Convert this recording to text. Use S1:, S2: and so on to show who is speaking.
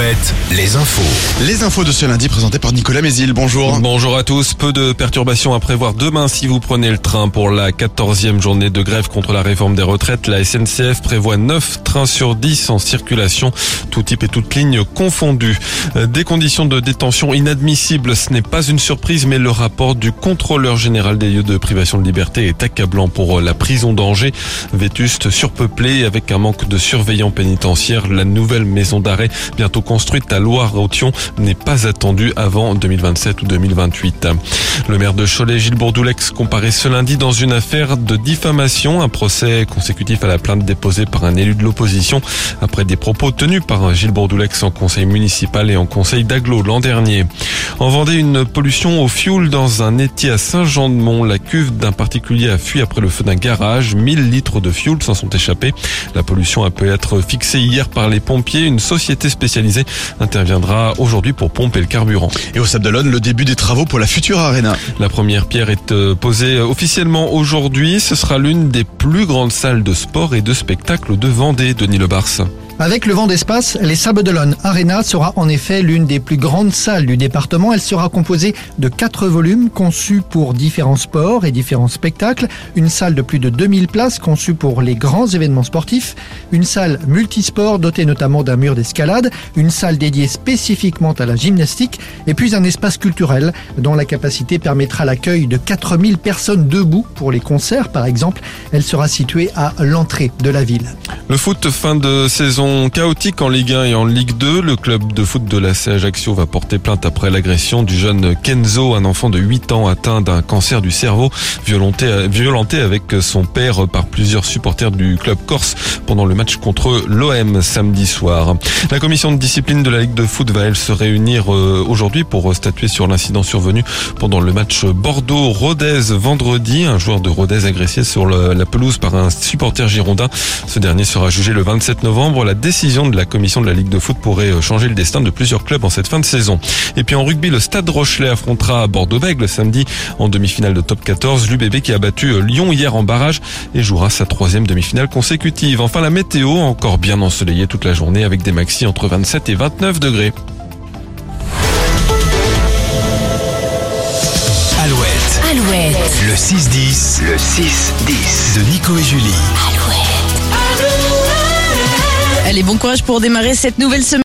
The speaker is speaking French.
S1: Alouette, les infos.
S2: Les infos de ce lundi présentées par Nicolas Mézil. Bonjour.
S3: Bonjour à tous. Peu de perturbations à prévoir demain si vous prenez le train pour la 14e journée de grève contre la réforme des retraites. La SNCF prévoit 9 trains sur 10 en circulation, tout type et toutes lignes confondues. Des conditions de détention inadmissibles, ce n'est pas une surprise, mais le rapport du contrôleur général des lieux de privation de liberté est accablant pour la prison d'Angers. Vétuste, surpeuplée, avec un manque de surveillants pénitentiaires, la nouvelle maison d'arrêt bientôt construite à Loire-Othion n'est pas attendue avant 2027 ou 2028. Le maire de Cholet, Gilles Bourdoulex, comparaît ce lundi dans une affaire de diffamation, un procès consécutif à la plainte déposée par un élu de l'opposition après des propos tenus par Gilles Bourdoulex en conseil municipal et en conseil d'agglo l'an dernier. En Vendée, une pollution au fioul dans un étier à Saint-Jean-de-Mont. La cuve d'un particulier a fui après le feu d'un garage. 1000 litres de fioul s'en sont échappés. La pollution a pu être fixée hier par les pompiers. Une société spécialisée interviendra aujourd'hui pour pomper le carburant.
S2: Et au Sable d'Olonne, le début des travaux pour la future Arena.
S3: La première pierre est posée officiellement aujourd'hui. Ce sera l'une des plus grandes salles de sport et de spectacle de Vendée, Denis Lebars.
S4: Avec le vent d'espace, les Sables d'Olonne Arena sera en effet l'une des plus grandes salles du département. Elle sera composée de 4 volumes conçus pour différents sports et différents spectacles. Une salle de plus de 2000 places conçue pour les grands événements sportifs. Une salle multisport dotée notamment d'un mur d'escalade. Une salle dédiée spécifiquement à la gymnastique. Et puis un espace culturel dont la capacité permettra l'accueil de 4000 personnes debout pour les concerts par exemple. Elle sera située à l'entrée de la ville.
S3: Le foot, fin de saison chaotique en Ligue 1 et en Ligue 2. Le club de foot de l'AC Ajaccio va porter plainte après l'agression du jeune Kenzo, un enfant de 8 ans atteint d'un cancer du cerveau, violenté avec son père par plusieurs supporters du club corse pendant le match contre l'OM samedi soir. La commission de discipline de la Ligue de foot va elle se réunir aujourd'hui pour statuer sur l'incident survenu pendant le match Bordeaux-Rodez vendredi. Un joueur de Rodez agressé sur la pelouse par un supporter girondin. Ce dernier sera jugé le 27 novembre. La décision de la commission de la Ligue de foot pourrait changer le destin de plusieurs clubs en cette fin de saison. Et puis en rugby, le Stade Rochelais affrontera Bordeaux-Bègles samedi en demi-finale de top 14. L'UBB qui a battu Lyon hier en barrage et jouera sa 3e demi-finale consécutive. Enfin la météo, encore bien ensoleillée toute la journée avec des maxis entre 27 et 29 degrés.
S1: Alouette. Le 6-10. Le 6-10. De Nico et Julie.
S5: Allez, bon courage pour démarrer cette nouvelle semaine.